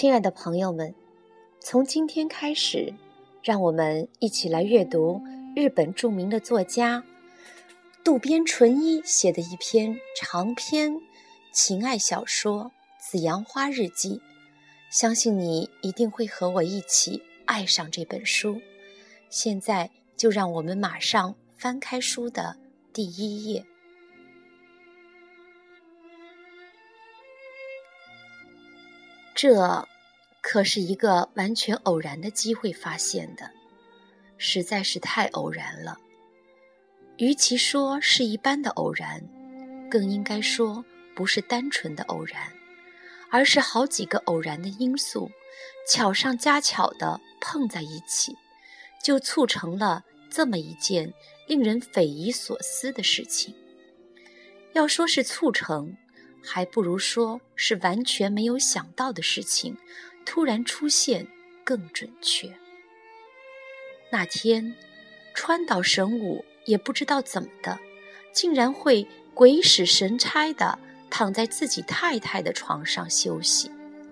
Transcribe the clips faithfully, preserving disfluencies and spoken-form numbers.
亲爱的朋友们，从今天开始，让我们一起来阅读日本著名的作家渡边淳一写的一篇长篇情爱小说《紫阳花日记》。相信你一定会和我一起爱上这本书。现在就让我们马上翻开书的第一页。这可是一个完全偶然的机会发现的，实在是太偶然了。与其说是一般的偶然，更应该说不是单纯的偶然，而是好几个偶然的因素巧上加巧地碰在一起，就促成了这么一件令人匪夷所思的事情。要说是促成，还不如说是完全没有想到的事情突然出现更准确。那天川岛神武也不知道怎么的，竟然会鬼使神差地躺在自己太太的床上休息。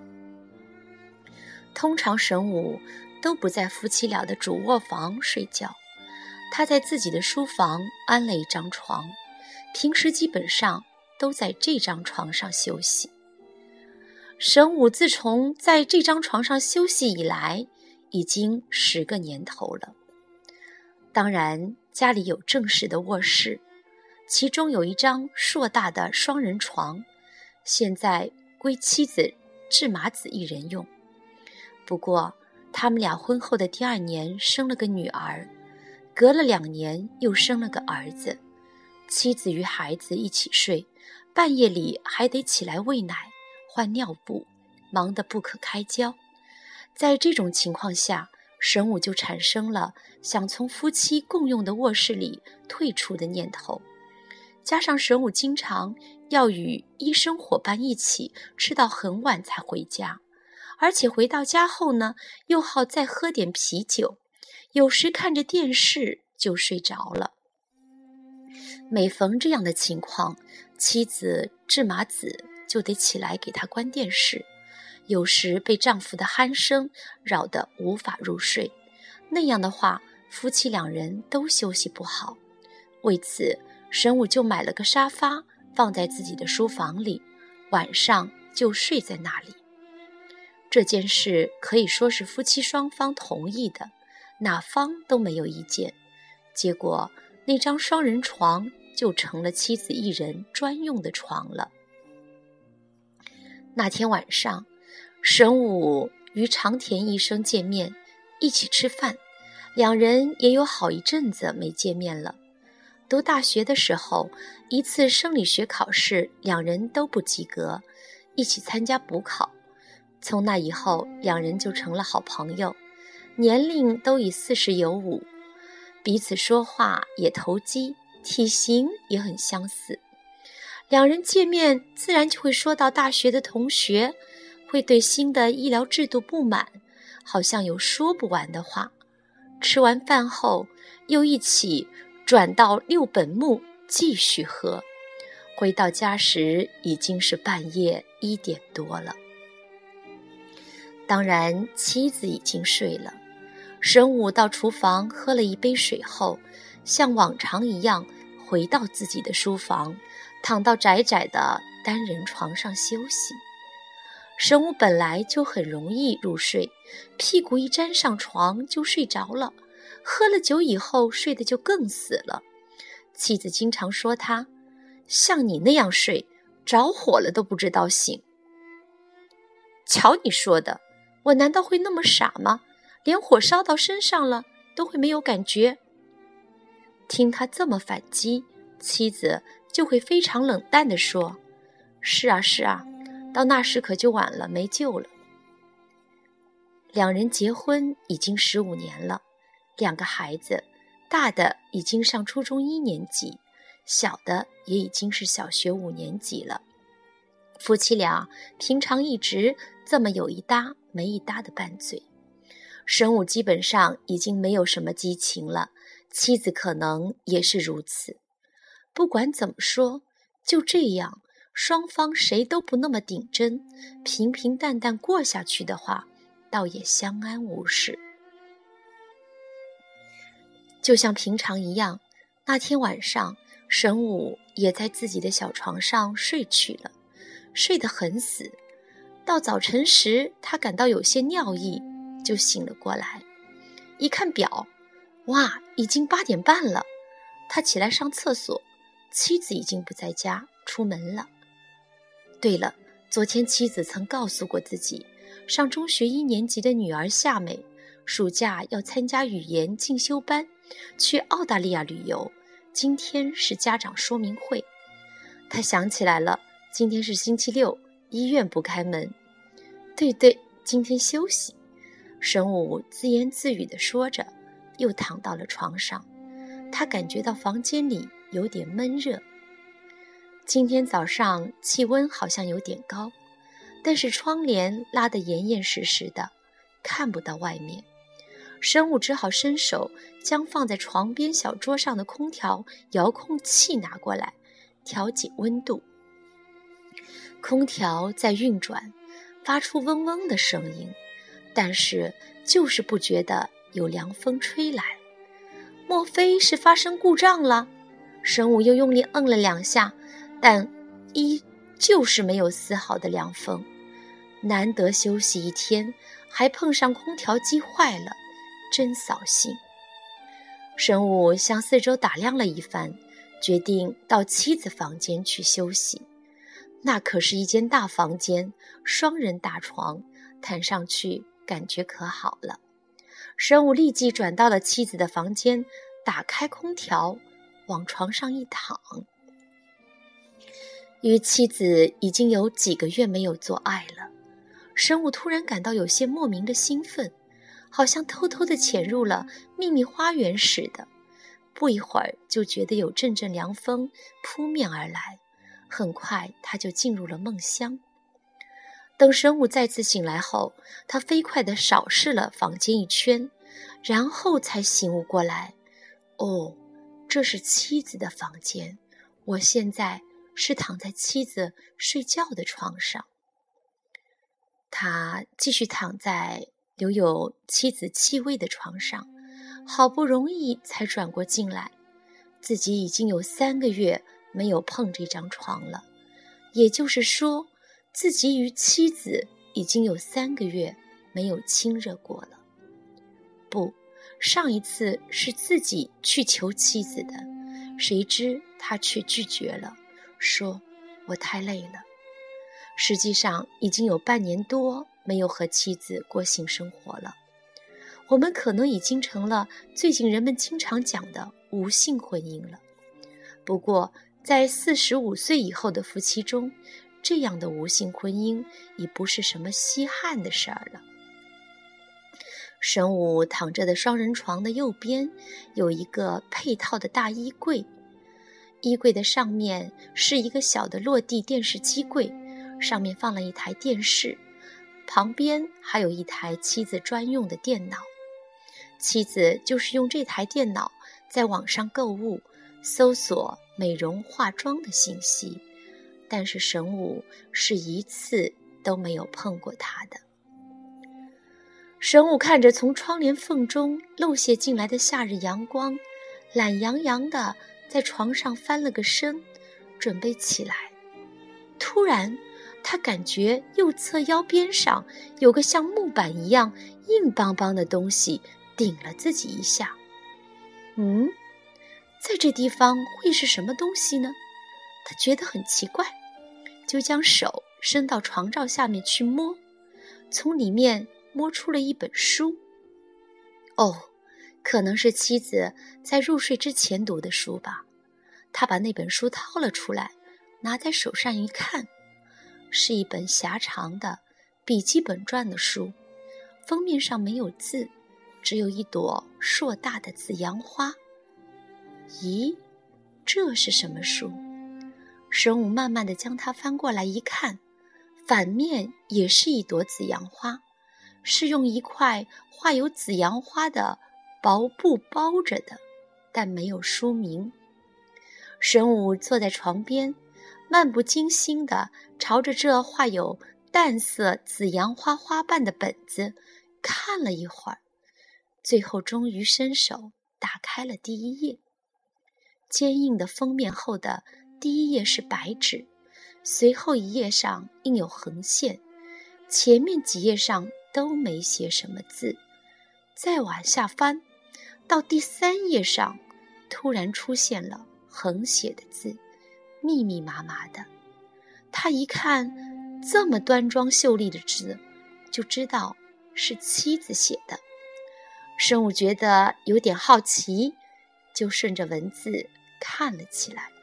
通常神武都不在夫妻俩的主卧房睡觉，他在自己的书房安了一张床，平时基本上都在这张床上休息。神武自从在这张床上休息以来，已经十个年头了。当然，家里有正式的卧室，其中有一张硕大的双人床，现在归妻子志麻子一人用。不过，他们俩婚后的第二年生了个女儿，隔了两年又生了个儿子。妻子与孩子一起睡，半夜里还得起来喂奶、换尿布，忙得不可开交。在这种情况下，神武就产生了想从夫妻共用的卧室里退出的念头。加上神武经常要与医生伙伴一起吃到很晚才回家，而且回到家后呢，又好再喝点啤酒，有时看着电视就睡着了。每逢这样的情况，妻子志麻子就得起来给他关电视，有时被丈夫的鼾声扰得无法入睡，那样的话夫妻两人都休息不好。为此，神武就买了个沙发放在自己的书房里，晚上就睡在那里。这件事可以说是夫妻双方同意的，哪方都没有意见。结果那张双人床就成了妻子一人专用的床了。那天晚上，神武与长田医生见面，一起吃饭，两人也有好一阵子没见面了。读大学的时候，一次生理学考试，两人都不及格，一起参加补考。从那以后，两人就成了好朋友，年龄都已四十有五，彼此说话也投机，体型也很相似。两人见面自然就会说到大学的同学，会对新的医疗制度不满，好像有说不完的话。吃完饭后，又一起转到六本木继续喝。回到家时已经是半夜一点多了。当然，妻子已经睡了。神武到厨房喝了一杯水后，像往常一样回到自己的书房，躺到窄窄的单人床上休息。神武本来就很容易入睡，屁股一沾上床就睡着了，喝了酒以后睡得就更死了。妻子经常说他，像你那样睡，着火了都不知道醒。瞧你说的，我难道会那么傻吗？连火烧到身上了都会没有感觉。听他这么反击，妻子就会非常冷淡地说，是啊是啊，到那时可就晚了，没救了。两人结婚已经十五年了，两个孩子，大的已经上初中一年级，小的也已经是小学五年级了。夫妻俩平常一直这么有一搭没一搭的拌嘴。神武基本上已经没有什么激情了，妻子可能也是如此。不管怎么说，就这样， 双方谁都不那么顶真，平平淡淡过下去的话，倒也相安无事。就像平常一样，那天晚上神武也在自己的小床上睡去了，睡得很死。到早晨时，他感到有些尿意，就醒了过来。一看表，哇，已经八点半了。他起来上厕所，妻子已经不在家，出门了。对了，昨天妻子曾告诉过自己，上中学一年级的女儿夏美，暑假要参加语言进修班，去澳大利亚旅游。今天是家长说明会。他想起来了，今天是星期六，医院不开门。对对，今天休息。神武自言自语地说着，又躺到了床上。他感觉到房间里有点闷热。今天早上气温好像有点高，但是窗帘拉得严严实实的，看不到外面。神武只好伸手将放在床边小桌上的空调遥控器拿过来，调节温度。空调在运转，发出嗡嗡的声音，但是就是不觉得有凉风吹来。莫非是发生故障了？神武又用力摁了两下，但依旧是没有丝毫的凉风。难得休息一天，还碰上空调机坏了，真扫兴。神武向四周打量了一番，决定到妻子房间去休息。那可是一间大房间，双人大床，躺上去感觉可好了。神武立即转到了妻子的房间，打开空调，往床上一躺。与妻子已经有几个月没有做爱了，神武突然感到有些莫名的兴奋，好像偷偷地潜入了秘密花园似的。不一会儿就觉得有阵阵凉风扑面而来，很快他就进入了梦乡。等神武再次醒来后，他飞快地扫视了房间一圈，然后才醒悟过来，哦，这是妻子的房间，我现在是躺在妻子睡觉的床上。他继续躺在留有妻子气味的床上，好不容易才转过劲来，自己已经有三个月没有碰这张床了，也就是说，自己与妻子已经有三个月没有亲热过了。不，上一次是自己去求妻子的，谁知他却拒绝了，说我太累了。实际上已经有半年多没有和妻子过性生活了。我们可能已经成了最近人们经常讲的无性婚姻了。不过在四十五岁以后的夫妻中，这样的无性婚姻已不是什么稀罕的事儿了。神武躺着的双人床的右边有一个配套的大衣柜，衣柜的上面是一个小的落地电视机柜，上面放了一台电视，旁边还有一台妻子专用的电脑。妻子就是用这台电脑在网上购物，搜索美容化妆的信息，但是神武是一次都没有碰过它的。神武看着从窗帘缝中漏泻进来的夏日阳光，懒洋洋地在床上翻了个身，准备起来。突然他感觉右侧腰边上有个像木板一样硬邦邦的东西顶了自己一下。嗯，在这地方会是什么东西呢？他觉得很奇怪，就将手伸到床罩下面去摸，从里面摸出了一本书。哦，可能是妻子在入睡之前读的书吧。他把那本书掏了出来，拿在手上一看，是一本狭长的笔记本篆的书，封面上没有字，只有一朵硕大的紫阳花。咦，这是什么书？神武慢慢地将它翻过来一看，反面也是一朵紫阳花，是用一块画有紫阳花的薄布包着的，但没有书名。神武坐在床边， 漫不经心地朝着这画有淡色紫阳花花瓣的本子看了一会儿，最后终于伸手打开了第一页。坚硬的封面后的第一页是白纸，随后一页上印有横线，前面几页上都没写什么字。再往下翻，到第三页上，突然出现了横写的字，密密麻麻的。他一看这么端庄秀丽的字，就知道是妻子写的。生武觉得有点好奇，就顺着文字看了起来。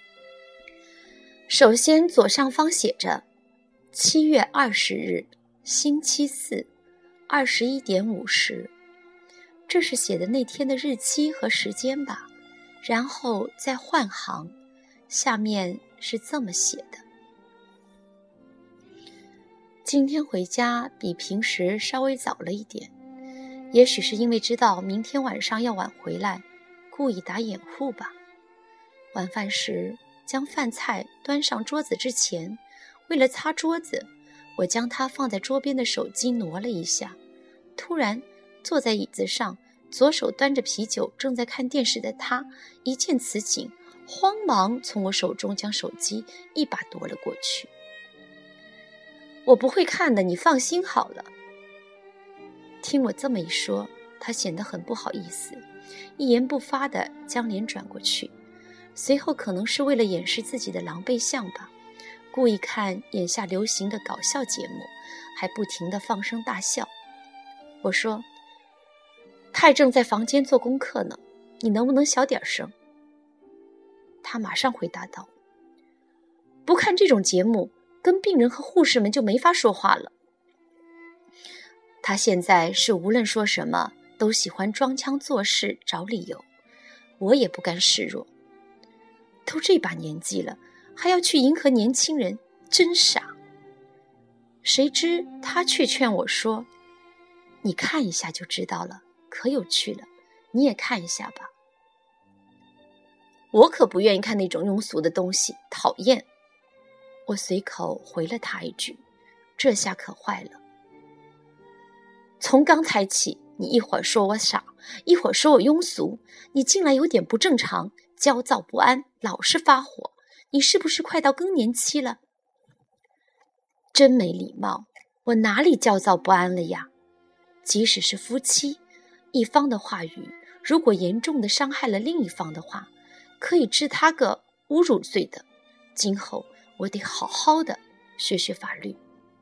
首先左上方写着七月二十日，星期四，二十一点五十。这是写的那天的日期和时间吧，然后再换行，下面是这么写的：今天回家比平时稍微早了一点，也许是因为知道明天晚上要晚回来，故意打掩护吧。晚饭时将饭菜端上桌子之前，为了擦桌子，我将它放在桌边的手机挪了一下，突然坐在椅子上，左手端着啤酒正在看电视的他一见此景，慌忙从我手中将手机一把夺了过去。我不会看的，你放心好了。听我这么一说，他显得很不好意思，一言不发地将脸转过去，随后可能是为了掩饰自己的狼狈相吧，故意看眼下流行的搞笑节目，还不停地放声大笑。我说，太正在房间做功课呢，你能不能小点声？他马上回答道，不看这种节目，跟病人和护士们就没法说话了。他现在是无论说什么都喜欢装腔作势找理由，我也不甘示弱。都这把年纪了，还要去迎合年轻人，真傻。谁知他却劝我说，你看一下就知道了，可有趣了，你也看一下吧。我可不愿意看那种庸俗的东西，讨厌。我随口回了他一句，这下可坏了。从刚才起，你一会儿说我傻，一会儿说我庸俗，你近来有点不正常，焦躁不安，老是发火，你是不是快到更年期了？真没礼貌，我哪里焦躁不安了呀？即使是夫妻，一方的话语如果严重的伤害了另一方的话，可以治他个侮辱罪的。今后我得好好的学学法律。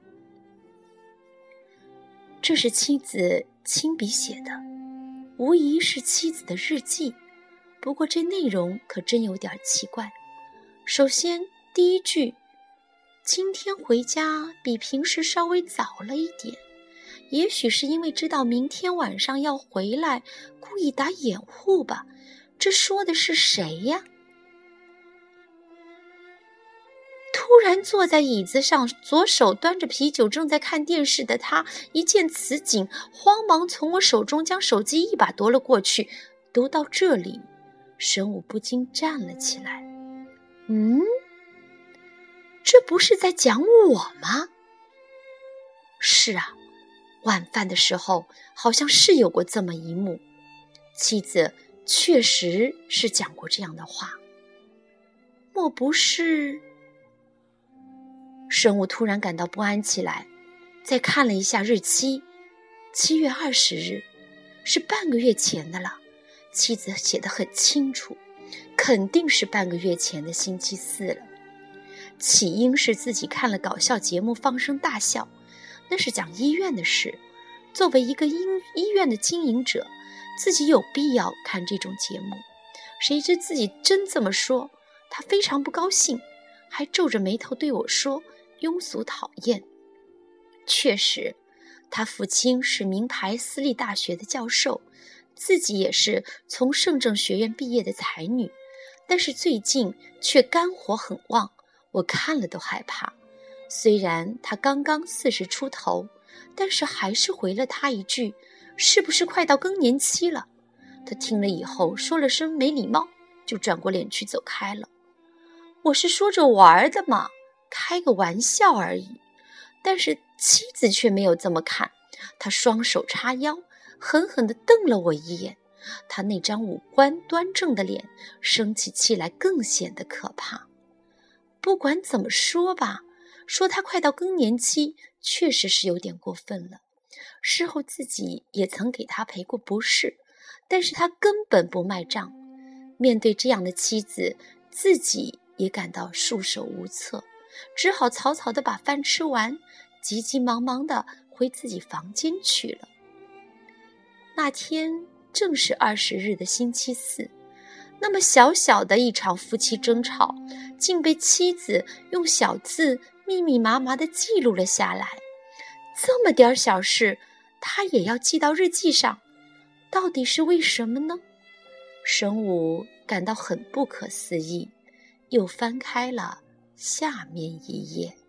这是妻子亲笔写的，无疑是妻子的日记，不过这内容可真有点奇怪。首先第一句，今天回家比平时稍微早了一点，也许是因为知道明天晚上要回来，故意打掩护吧。这说的是谁呀？突然坐在椅子上，左手端着啤酒正在看电视的他，一见此景，慌忙从我手中将手机一把夺了过去。读到这里，神武不禁站了起来。嗯，这不是在讲我吗？是啊，晚饭的时候好像是有过这么一幕，妻子确实是讲过这样的话。莫不是……神武突然感到不安起来，再看了一下日期，七月二十日，是半个月前的了。妻子写得很清楚，肯定是半个月前的星期四了。起因是自己看了搞笑节目放声大笑，那是讲医院的事。作为一个医医院的经营者，自己有必要看这种节目。谁知自己真这么说，他非常不高兴，还皱着眉头对我说，庸俗讨厌。确实，他父亲是名牌私立大学的教授，自己也是从圣正学院毕业的才女，但是最近却肝火很旺，我看了都害怕。虽然他刚刚四十出头，但是还是回了他一句，是不是快到更年期了？他听了以后说了声没礼貌，就转过脸去走开了。 我是说着玩的嘛，开个玩笑而已。但是妻子却没有这么看，她双手叉腰，狠狠地瞪了我一眼。她那张五官端正的脸，生起气来更显得可怕。不管怎么说吧，说她快到更年期，确实是有点过分了。事后自己也曾给她赔过不是，但是她根本不卖账。面对这样的妻子，自己也感到束手无策，只好草草地把饭吃完，急急忙忙地回自己房间去了。那天正是二十日的星期四，那么小小的一场夫妻争吵，竟被妻子用小字密密麻麻地记录了下来。这么点小事，他也要记到日记上，到底是为什么呢？神武感到很不可思议，又翻开了下面一页。